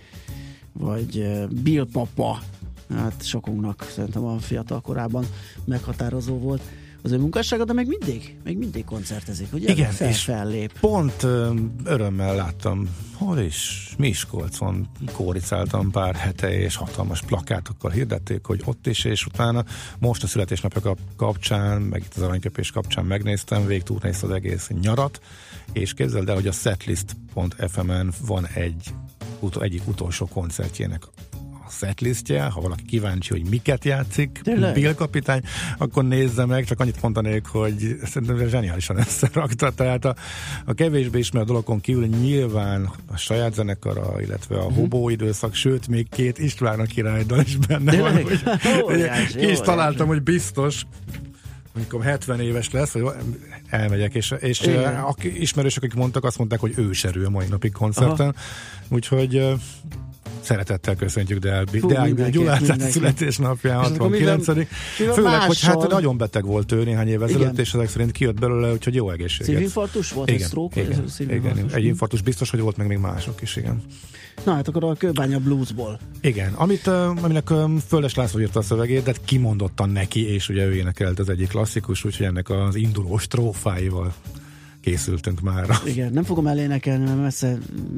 vagy Bill papa. Hát sokunknak szerintem a fiatal korában meghatározó volt az ő munkássága, de még mindig, még mindig koncertezik, ugye? Igen, fel, és fellép. Pont ö, örömmel láttam, hol is, Miskolcon kóricáltam pár hete, és hatalmas plakátokkal hirdették, hogy ott is, és utána most a születésnapja kapcsán, meg itt az aranyköpés kapcsán megnéztem, végigtúrnéztem az egész nyarat, és képzeld el, hogy a setlist pont ef em-en van egy ut- egyik utolsó koncertjének setlistje, ha valaki kíváncsi, hogy miket játszik Tényleg? Bill kapitány, akkor nézze meg, csak annyit mondanék, hogy szerintem zseniálisan összerakta, tehát a, a kevésbé ismert dologon kívül nyilván a saját zenekara, illetve a hobó időszak, sőt, még két István a királydal is benne van. Hogy, óriás, ki is találtam, hogy biztos, amikor hetven éves lesz, vagy elmegyek, és, és aki, ismerősök, akik mondtak, azt mondták, hogy őserő a mai napig koncerten, aha. Úgyhogy szeretettel köszöntjük Deák Béla Gyulát, tehát születésnapján hatvankilencedik Főleg, hogy hát nagyon beteg volt ő néhány év ezelőtt, és ezek szerint kijött belőle, úgyhogy jó egészséget. Szívinfarktus volt? Igen, egy stroke? igen, igen, egy infarktus biztos, hogy volt, meg még mások is, igen. Na hát akkor a Kőbánya Bluesból. Igen, amit, aminek Földes László írta a szövegét, de kimondottan neki, és ugye ő énekelt az egyik klasszikus, úgyhogy ennek az induló strófáival készültünk már. Igen, nem fogom elénekelni, mert messze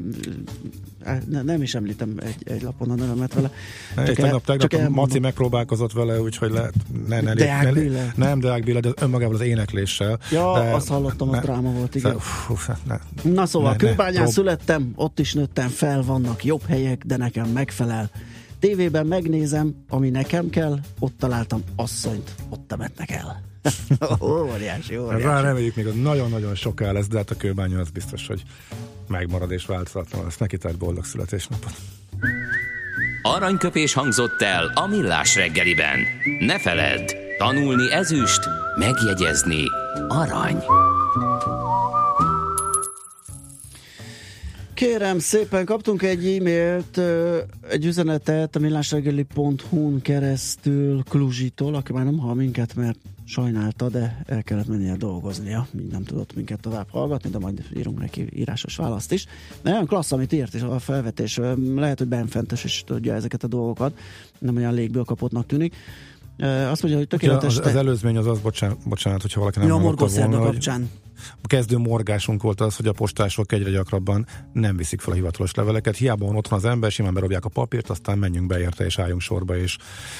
ne, nem is említem egy, egy lapon a nevemet vele. Csak tegnap, el, tegnap Maci megpróbálkozott vele, úgyhogy lehet ne, ne, Deák ne, Béla. Nem Deák Béla, de önmagával az énekléssel. Ja, de, azt hallottam, ne, az dráma volt, igen. Fú, ne, Na szóval, ne, Kőbányán ne, születtem, ott is nőttem fel, vannak jobb helyek, de nekem megfelel. Tévében megnézem, ami nekem kell, ott találtam asszonyt, ott temetnek el. óriási, óriási. Rá reméljük, még az nagyon-nagyon soká lesz, de hát a Kőbánya az biztos, hogy megmarad és változatlan. Ezt neki tart boldog születésnapot. Aranyköpés hangzott el a millás reggeliben. Ne feledd, tanulni ezüst, megjegyezni arany. Kérem szépen, kaptunk egy e-mailt, egy üzenetet a millásreggeli pont hu-n keresztül Kluzsitól, aki már nem hall minket, mert sajnálta, de el kellett mennie dolgoznia, így nem tudott minket tovább hallgatni, de majd írunk neki írásos választ is. De olyan klassz, amit írt is a felvetés, lehet, hogy benfentes is tudja ezeket a dolgokat, nem olyan légből kapottnak tűnik. Azt mondja, hogy tökéletes... Az, az előzmény az az, bocsánat, bocsánat hogyha valaki nem ja, hallotta volna, kapcsán. A kezdő morgásunk volt az, hogy a postások egyre gyakrabban nem viszik fel a hivatalos leveleket. Hiába van otthon az ember, simán berobják a papírt, aztán menjünk be érte és álljunk sorba. És,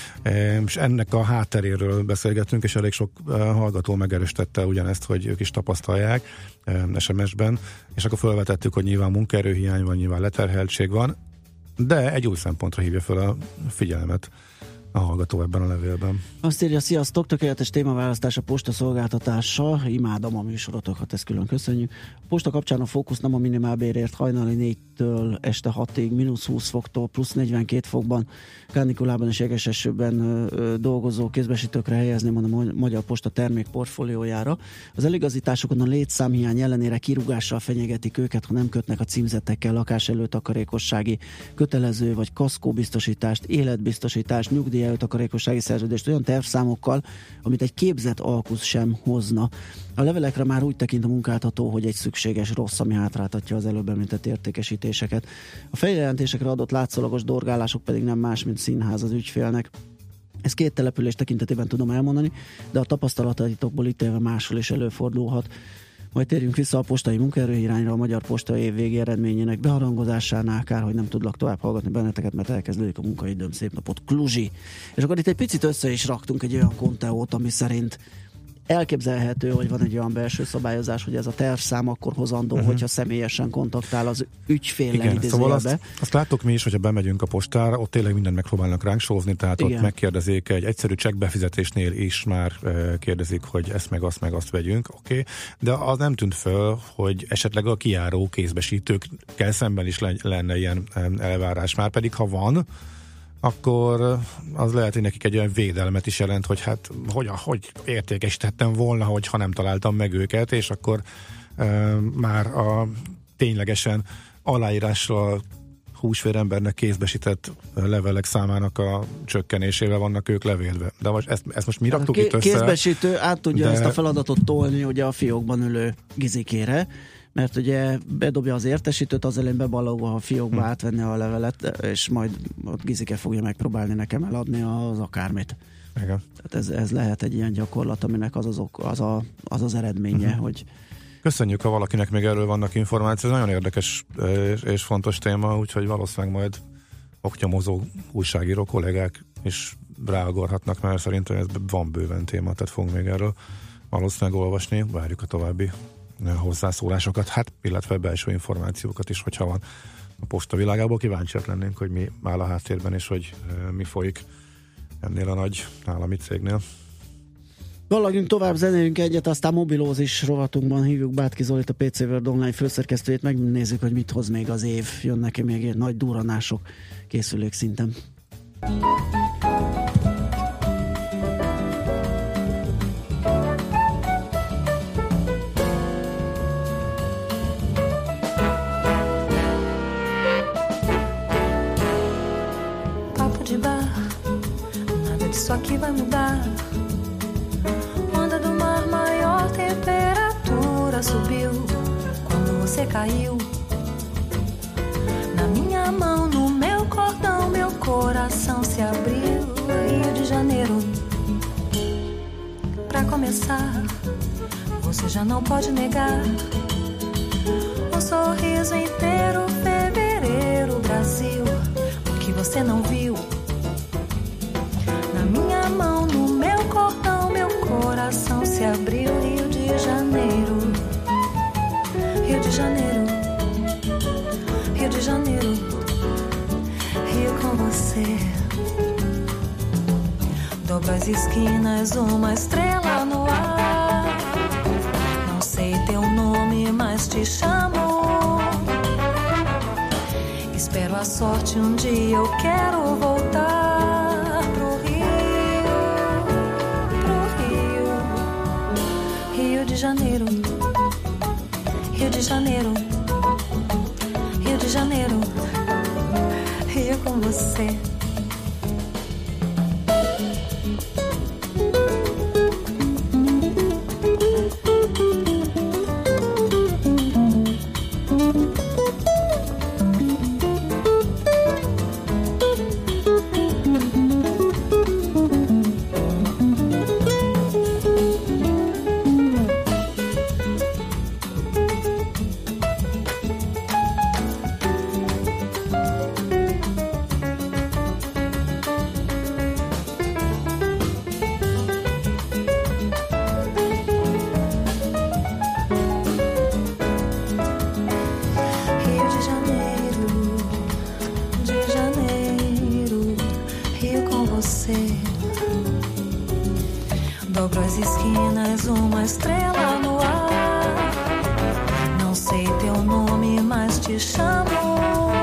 és ennek a hátteréről beszélgetünk, és elég sok hallgató megerősítette ugyanezt, hogy ők is tapasztalják es em es-ben, és akkor felvetettük, hogy nyilván munkaerőhiány van, nyilván leterheltség van, de egy új szempontra hívja fel a figyelmet a hallgató ebben a levélben. Azt írja, sziasztok, tökéletes témaválasztás a posta szolgáltatása, imádom a műsorotokat, ezt külön köszönjük. A posta kapcsán a fókusz nem a minimálbérért, hajnali négytől este hatig, mínusz húsz foktól, plusz negyvenkét fokban, kánikulában és jeges esőben ö, dolgozó kézbesítőkre helyezném a Magyar Posta termékportfóliójára. Az eligazításokon a létszámhiány ellenére kirúgással fenyegetik őket, ha nem kötnek a címzettekkel lakás előtakarékossági kötelező vagy kaszkóbiztosítást, életbiztosítást, nyugdíj előtakarékossági szerződést olyan tervszámokkal, amit egy képzett alkusz sem hozna. A levelekre már úgy tekint a munkáltató, hogy egy szükséges rossz, ami hátráltatja az előbb említett értékesítéseket. A feljelentésekre adott látszólagos dorgálások pedig nem más, mint színház az ügyfélnek. Ez két település tekintetében tudom elmondani, de a tapasztalataitokból ítélve máshol is előfordulhat. Majd térjünk vissza a postai munkaerőirányra, a Magyar Posta év végi eredményének beharangozásánál, kár, hogy nem tudlak tovább hallgatni benneteket, mert elkezdődik a munkaidőm, szép napot, Kluzsi. És akkor itt egy picit össze is raktunk egy olyan konteót, ami szerint elképzelhető, hogy van egy olyan belső szabályozás, hogy ez a tervszám akkor hozandó, uh-huh. hogyha személyesen kontaktál az ügyféllel. Igen, szóval azt, azt láttuk mi is, hogyha bemegyünk a postára, ott tényleg mindent megpróbálnak ránk sózni, tehát igen. Ott megkérdezik, egy egyszerű csekkbefizetésnél is már e, kérdezik, hogy ezt meg azt meg azt vegyünk, oké, okay. De az nem tűnt föl, hogy esetleg a kijáró kézbesítőkkel szemben is lenne ilyen elvárás, már pedig ha van, akkor az lehet, hogy nekik egy olyan védelmet is jelent, hogy hát hogy, hogy értékesítettem volna, hogyha nem találtam meg őket, és akkor e, már a ténylegesen aláírással húsvérembernek kézbesített levelek számának a csökkenésével vannak ők levélve. De most ezt, ezt most mi raktuk itt össze? Kézbesítő át tudja de... ezt a feladatot tolni ugye a fiókban ülő gizikére, mert ugye bedobja az értesítőt, az elén beballogva a fiókba hmm. átvenni a levelet, és majd ott gizike fogja megpróbálni nekem eladni az akármit. Igen. Tehát ez, ez lehet egy ilyen gyakorlat, aminek az az, ok, az, a, az, az eredménye, uh-huh. hogy... Köszönjük, ha valakinek még erről vannak információk. Ez nagyon érdekes és fontos téma, úgyhogy valószínűleg majd oknyomozó újságíró kollégák is ráagorhatnak, mert szerintem ez van bőven téma, tehát fogunk még erről valószínűleg olvasni. Várjuk a további hozzászólásokat, hát illetve belső információkat is, hogyha van a posta világából. Kíváncsiak lennénk, hogy mi áll a háttérben, és hogy e, mi folyik ennél a nagy állami cégnél. Valagjunk tovább, zenélünk egyet, aztán mobilózis rovatunkban hívjuk Bátki Zolit, a pé cé World online főszerkesztőjét, megnézzük, hogy mit hoz még az év. Jön neki még egy nagy durranások készülék szinten. Isso aqui vai mudar. Onda do mar, maior temperatura subiu quando você caiu. Na minha mão, no meu cordão, meu coração se abriu. Rio de Janeiro. Pra começar, você já não pode negar. Um sorriso inteiro, fevereiro, Brasil. O que você não viu? Minha mão no meu cordão, meu coração se abriu. Rio de Janeiro, Rio de Janeiro, Rio de Janeiro, Rio com você. Dobra as esquinas, uma estrela no ar. Não sei teu nome, mas te chamo. Espero a sorte, um dia eu quero voltar. Rio de Janeiro, Rio de Janeiro, Rio você. Dobro as esquinas, uma estrela no ar. Não sei teu nome, mas te chamo.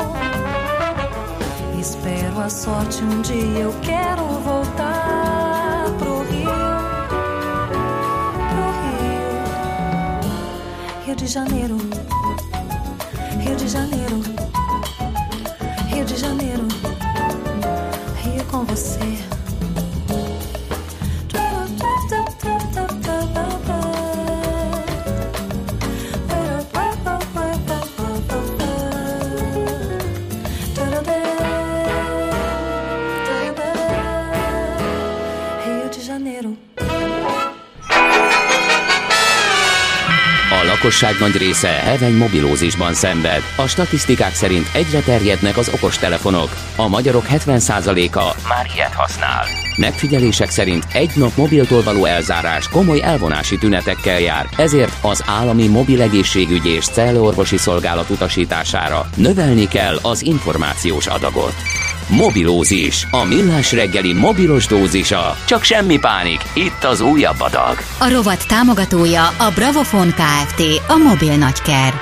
Espero a sorte, um dia eu quero voltar pro Rio, pro Rio. Rio de Janeiro, Rio de Janeiro, Rio de Janeiro, Rio com você. A lakosság nagy része heveny mobilózisban szenved. A statisztikák szerint egyre terjednek az okostelefonok. A magyarok hetven százaléka már ilyet használ. Megfigyelések szerint egy nap mobiltól való elzárás komoly elvonási tünetekkel jár, ezért az állami mobil egészségügyi és cellorvosi szolgálat utasítására növelni kell az információs adagot. Mobilózis, a millás reggeli mobilos dózisa. Csak semmi pánik, itt az újabb adag. A rovat támogatója a Bravofon Kft. A mobil nagyker.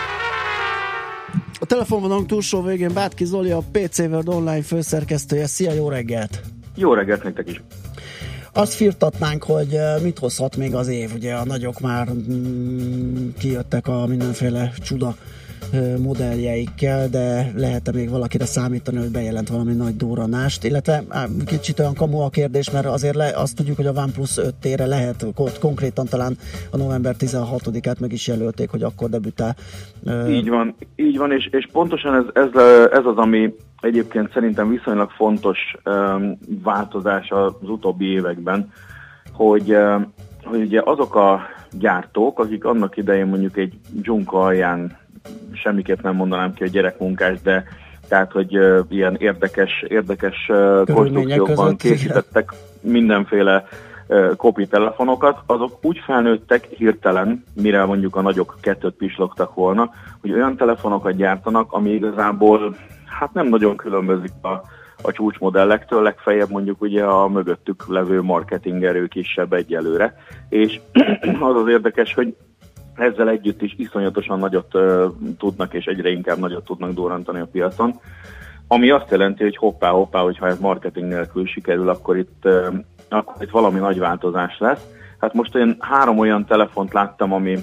A telefonvonalunk túlsó végén Bátki Zoli, a pé cé World online főszerkesztője. Szia, jó reggelt! Jó reggelt nektek is! Azt firtatnánk, hogy mit hozhat még az év. Ugye a nagyok már mm, kijöttek a mindenféle csuda modelljeikkel, de lehet-e még valakire számítani, hogy bejelent valami nagy durranást, illetve á, kicsit olyan kamu a kérdés, mert azért le, azt tudjuk, hogy a OnePlus öt tére lehet, konkrétan talán a november tizenhatodikát meg is jelölték, hogy akkor debütál. Így van, így van, és, és pontosan ez, ez, ez az, ami egyébként szerintem viszonylag fontos um, változás az utóbbi években, hogy, um, hogy ugye azok a gyártók, akik annak idején mondjuk egy dzsunka alján semmiképp nem mondanám ki, hogy gyerekmunkás, de tehát, hogy uh, ilyen érdekes, érdekes uh, konstrukciókban készítettek mindenféle uh, kopi telefonokat, azok úgy felnőttek hirtelen, mire mondjuk a nagyok kettőt pislogtak volna, hogy olyan telefonokat gyártanak, ami igazából hát nem nagyon különbözik a, a csúcsmodellektől, legfeljebb mondjuk ugye a mögöttük levő marketingerő kisebb egyelőre, és az az érdekes, hogy ezzel együtt is iszonyatosan nagyot uh, tudnak, és egyre inkább nagyot tudnak durrantani a piacon, ami azt jelenti, hogy hoppá, hoppá, hogyha ez marketing nélkül sikerül, akkor itt, uh, akkor itt valami nagy változás lesz. Hát most én három olyan telefont láttam, ami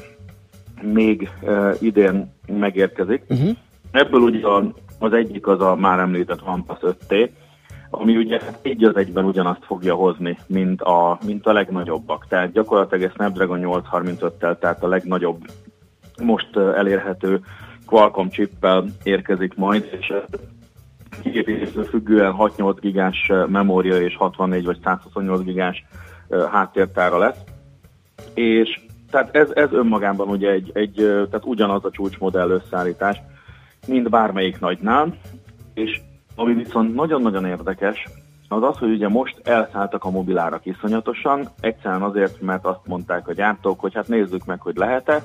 még uh, idén megérkezik. Uh-huh. Ebből ugye az egyik az a már említett OnePlus öt té, ami ugye egy az egyben ugyanazt fogja hozni, mint a, mint a legnagyobbak. Tehát gyakorlatilag egy Snapdragon nyolcszázharmincöttel, tehát a legnagyobb most elérhető Qualcomm chippel érkezik majd, és kiépítésről függően hat-nyolc gigás memória és hatvannégy vagy százhuszonnyolc gigás háttértára lesz. És tehát ez, ez önmagában ugye egy, egy, tehát ugyanaz a csúcsmodell összeállítás, mint bármelyik nagynál, és ami viszont nagyon-nagyon érdekes, az az, hogy ugye most elszálltak a mobilárak iszonyatosan, egyszerűen azért, mert azt mondták a gyártók, hogy hát nézzük meg, hogy lehet-e,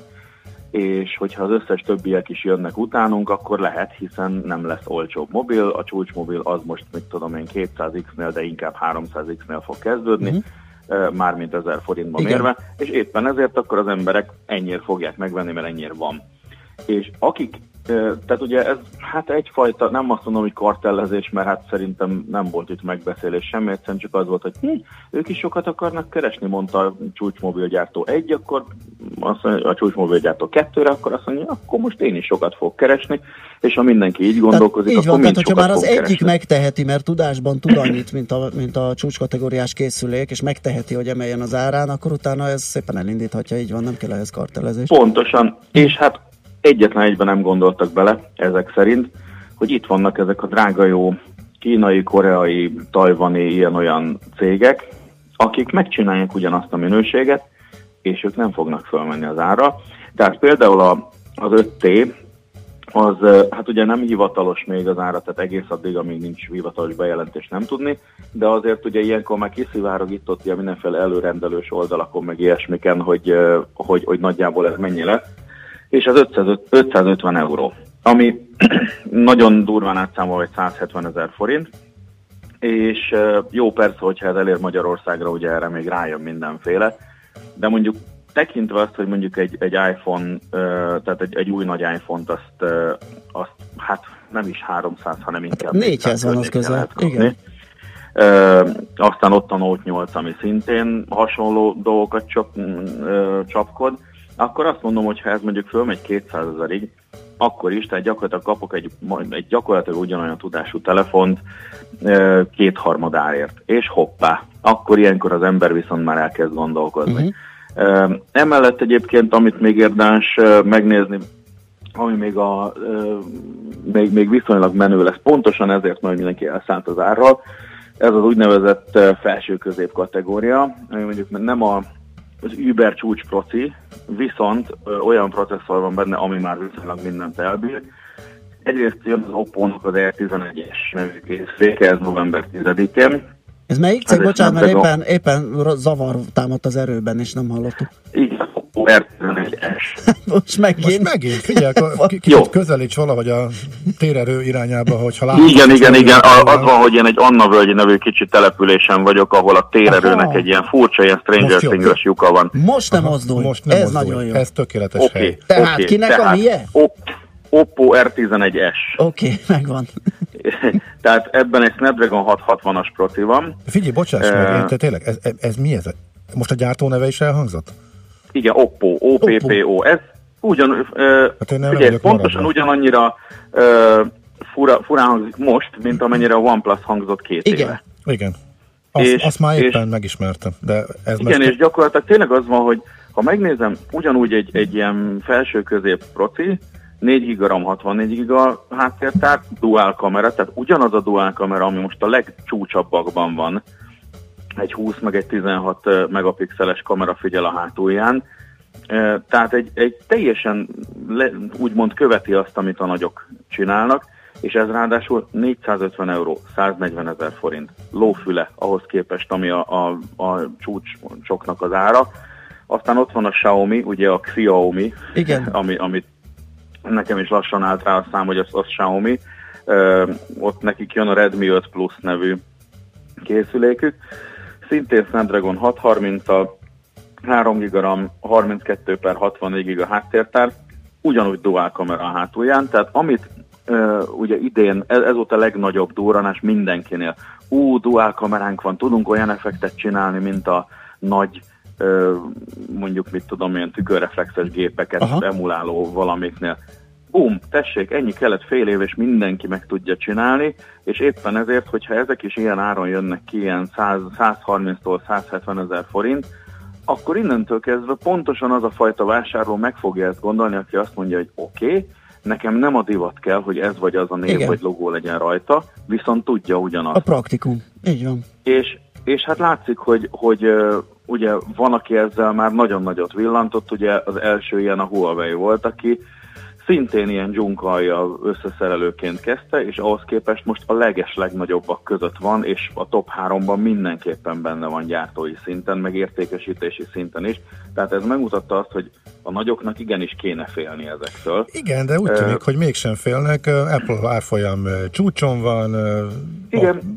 és hogyha az összes többiek is jönnek utánunk, akkor lehet, hiszen nem lesz olcsóbb mobil, a csúcsmobil az most, mit tudom én, kétszáz x-nél, de inkább háromszáz x-nél fog kezdődni, uh-huh. mármint ezer forintba mérve, és éppen ezért akkor az emberek ennyire fogják megvenni, mert ennyire van. És akik tehát ugye ez hát egyfajta, nem azt mondom, hogy kartellezés, mert hát szerintem nem volt itt megbeszélés semmi, egyszerűen csak az volt, hogy hm, ők is sokat akarnak keresni, mondta a csúcsmobilgyártó egy, akkor azt mondja, a csúcsmobilgyártó kettőre, akkor azt mondja, akkor most én is sokat fogok keresni, és ha mindenki így gondolkozik, tehát, akkor így van, mind tehát, hogyha már az keresni. egyik megteheti, mert tudásban tud annyit, mint a, mint a csúcskategóriás készülék, és megteheti, hogy emeljen az árán, akkor utána ez szépen elindíthatja, így van, nem kell ehhez kartellezés. Pontosan, és hát egyetlen egyben nem gondoltak bele, ezek szerint, hogy itt vannak ezek a drága jó kínai, koreai, tajvani, ilyen-olyan cégek, akik megcsinálják ugyanazt a minőséget, és ők nem fognak fölmenni az ára. Tehát például a, az öt té, az hát ugye nem hivatalos még az ára, tehát egész addig, amíg nincs hivatalos bejelentés, nem tudni, de azért ugye ilyenkor már kiszivárog itt ott ilyen mindenféle előrendelős oldalakon, meg ilyesmiken, hogy, hogy, hogy nagyjából ez mennyi lesz. És az ötszázötven euró, ami nagyon durván átszámolva egy százhetven ezer forint, és jó persze, hogyha ez elér Magyarországra, ugye erre még rájön mindenféle, de mondjuk tekintve azt, hogy mondjuk egy, egy iPhone, tehát egy, egy új nagy iPhone-t azt, azt hát nem is háromszáz, hanem inkább négyszáz van az közel, igen. Uh, aztán ott a Note nyolc, ami szintén hasonló dolgokat csap, uh, csapkod, akkor azt mondom, hogy ha ez mondjuk fölmegy kétszázezerig, akkor is, tehát gyakorlatilag kapok egy, egy gyakorlatilag ugyanolyan tudású telefont uh, kétharmad árért, és hoppá, akkor ilyenkor az ember viszont már elkezd gondolkodni. Uh-huh. Uh, emellett egyébként, amit még érdemes uh, megnézni, ami még, a, uh, még, még viszonylag menő lesz, pontosan ezért majd mindenki elszállt az árral, ez az úgynevezett felső-közép kategória, ami mondjuk nem a, az Uber csúcs proci, viszont ö, olyan processzor van benne, ami már viszonylag mindent elbír. Egyrészt jön az Oppo-nak az R tizenegyes nevű készüléke, ez november tizedikén. Ez melyik cég? Bocsánat, mert éppen, éppen zavar támadt az erőben, és nem hallottuk. Igen, R tizenegyes. Most megint. Most megint, figyelj, kicsit közelíts valahogy a térerő irányába, hogyha látod. Igen, igen, igen, az van, hogy én egy Anna völgyi nevű kicsi településen vagyok, ahol a térerőnek Aha. egy ilyen furcsa, ilyen Stranger Things-es lyuka van. Most nem mozdulj, most nem ez mozdulj. Nagyon jó. Ez tökéletes okay, hely. Tehát okay, kinek tehát a milyen? Oppo R tizenegyes. Oké, okay, megvan. Tehát ebben egy Snapdragon hatszázhatvanas proci van. Figyelj, bocsáss uh, meg, te tényleg, ez, ez, ez mi ez? Most a gyártó neve is elhangzott? Igen, Oppo, O P P O. Ez ugyan, uh, hát ugye, pontosan maradva. Ugyanannyira uh, fura, furán hangzik most, mint amennyire a OnePlus hangzott két Igen. éve. Igen. Azt, és, azt már éppen és, megismertem. De ez igen, most... és gyakorlatilag tényleg az van, hogy ha megnézem, ugyanúgy egy, egy ilyen felső-közép proci, négy giga RAM, hatvannégy giga háttértár, dual kamera, tehát ugyanaz a dual kamera, ami most a legcsúcsabbakban van, egy húsz meg egy tizenhat megapixeles kamera figyel a hátulján, tehát egy, egy teljesen le, úgymond követi azt, amit a nagyok csinálnak, és ez ráadásul négyszázötven euró, száznegyven ezer forint lófüle ahhoz képest, ami a, a, a csúcsoknak az ára. Aztán ott van a Xiaomi, ugye a Xiaomi, Igen. ami, amit nekem is lassan állt rá a szám, hogy az, az Xiaomi. Ö, ott nekik jön a Redmi öt Plus nevű készülékük. Szintén Snapdragon hatszázharminccal, három giga RAM, harminckettő per hatvannégy giga háttértár, ugyanúgy dual kamera a hátulján, tehát amit ö, ugye idén, ez, ez volt a legnagyobb durranás mindenkinél. Ú, dual kameránk van, tudunk olyan effektet csinálni, mint a nagy mondjuk, mit tudom, ilyen tükörreflexes gépeket Aha. emuláló valamiknél. Bum, tessék, ennyi kellett fél év, és mindenki meg tudja csinálni, és éppen ezért, hogyha ezek is ilyen áron jönnek ki, ilyen száz, százharminctól százhetven ezer forint, akkor innentől kezdve pontosan az a fajta vásárló meg fogja ezt gondolni, aki azt mondja, hogy oké, okay, nekem nem a divat kell, hogy ez vagy az a név, Igen. vagy logó legyen rajta, viszont tudja ugyanazt. A praktikum, így van. És, és hát látszik, hogy, hogy ugye van, aki ezzel már nagyon nagyot villantott, ugye az első ilyen a Huawei volt, aki szintén ilyen dzsunkalja összeszerelőként kezdte, és ahhoz képest most a leges legnagyobbak között van, és a top háromban mindenképpen benne van gyártói szinten, meg értékesítési szinten is. Tehát ez megmutatta azt, hogy a nagyoknak igenis kéne félni ezektől. Igen, de úgy tűnik, uh, hogy mégsem félnek. Apple árfolyam csúcson van. Igen.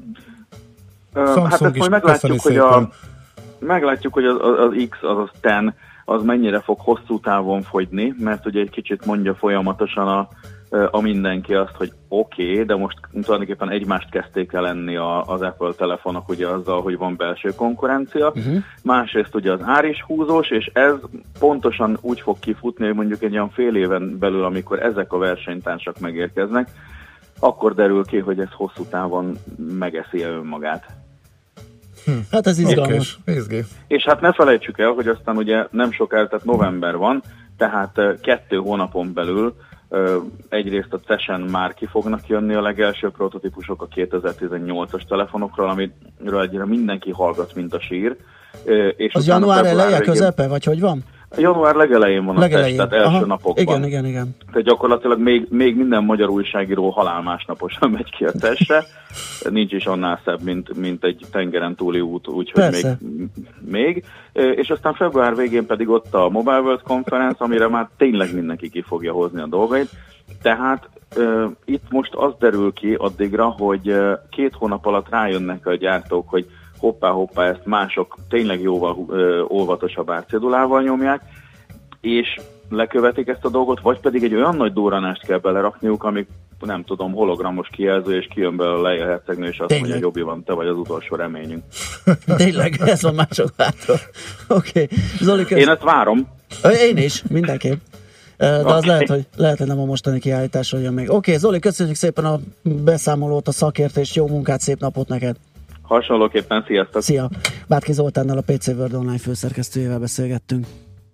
Uh, hát ezt majd meglátjuk, hogy a Meglátjuk, hogy az, az X, azaz tíz, az mennyire fog hosszú távon fogyni, mert ugye egy kicsit mondja folyamatosan a, a mindenki azt, hogy oké, okay, de most tulajdonképpen egymást kezdték el enni a, az Apple telefonok ugye azzal, hogy van belső konkurencia. Uh-huh. Másrészt ugye az ár is húzós, és ez pontosan úgy fog kifutni, hogy mondjuk egy olyan fél éven belül, amikor ezek a versenytársak megérkeznek, akkor derül ki, hogy ez hosszú távon megeszi önmagát. Hm. Hát ez izgalmas. Okay. És hát ne felejtsük el, hogy aztán ugye nem sokára, tehát november van, tehát kettő hónapon belül egyrészt a cé e es-en már ki fognak jönni a legelső prototípusok a kétezer-tizennyolcas telefonokról, amiről egyre mindenki hallgat, mint a sír. És az január eleje közepe, vagy hogy van? Január legelején van legelején. A test, tehát első Aha. napokban. Igen, igen, igen. Tehát gyakorlatilag még, még minden magyar újságíró halál másnaposan megy ki a testre. Nincs is annál szebb, mint, mint egy tengeren túli út, úgyhogy még, még. És aztán február végén pedig ott a Mobile World Conference, amire már tényleg mindenki ki fogja hozni a dolgait. Tehát uh, itt most az derül ki addigra, hogy uh, két hónap alatt rájönnek a gyártók, hogy hoppá-hoppá, ezt mások tényleg jóval uh, óvatosabb árcédulával nyomják, és lekövetik ezt a dolgot, vagy pedig egy olyan nagy durranást kell belerakniuk, amik nem tudom, hologramos kijelző, és kijön belőle a hercegnő, és azt Tényleg? mondja, Jobbi van, te vagy az utolsó reményünk. Tényleg, ez van mások hátra. Oké. Okay. Zoli, köszön... Én ezt várom. Én is, mindenképp. De az okay. lehet, hogy, lehet, hogy nem a mostani kiállításra jön még. Oké, okay, Zoli, köszönjük szépen a beszámolót, a szakértést, jó munkát, szép napot neked. Hasonlóképpen, sziasztok! Szia! Bátki Zoltánnal, a pé cé World Online főszerkesztőjével beszélgettünk.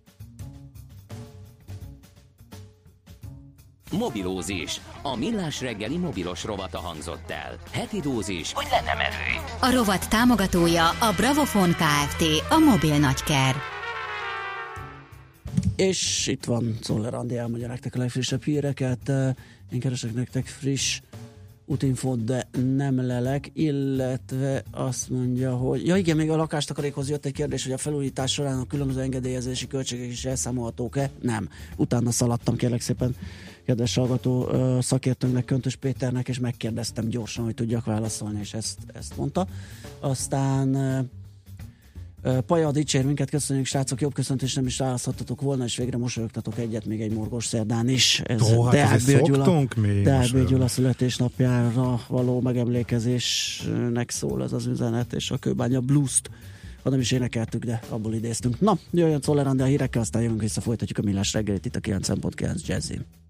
Mobilózis. A millás reggeli mobilos rovata hangzott el. Heti dózis, hogy lenne merő. A rovat támogatója a Bravofon Kft. A mobil nagyker. És itt van Czoller Andi, elmondja nektek a legfrissebb híreket. Én keresek nektek friss útinfót, de nem lelek, illetve azt mondja, hogy ja igen, még a lakástakarékhoz jött egy kérdés, hogy a felújítás során a különböző engedélyezési költségek is elszámolhatók-e? Nem. Utána szaladtam, kérlek szépen kedves hallgató szakértőnknek, Köntös Péternek, és megkérdeztem gyorsan, hogy tudjak válaszolni, és ezt, ezt mondta. Aztán Paja dicsér minket, köszönjük srácok, jobb köszöntés nem is választhattatok volna, és végre mosolyogtatok egyet még egy morgos szerdán is. Ez Ó, hát Deák Gyula, Gyula születésnapjára való megemlékezésnek szól ez az üzenet, és a Kőbánya Blues-t, ha nem is énekeltük, de abból idéztünk. Na, jöjjön Czoller Andi a hírekkel, aztán jövünk vissza, folytatjuk a millás reggelit itt a kilenc pont kilenc Jazzin.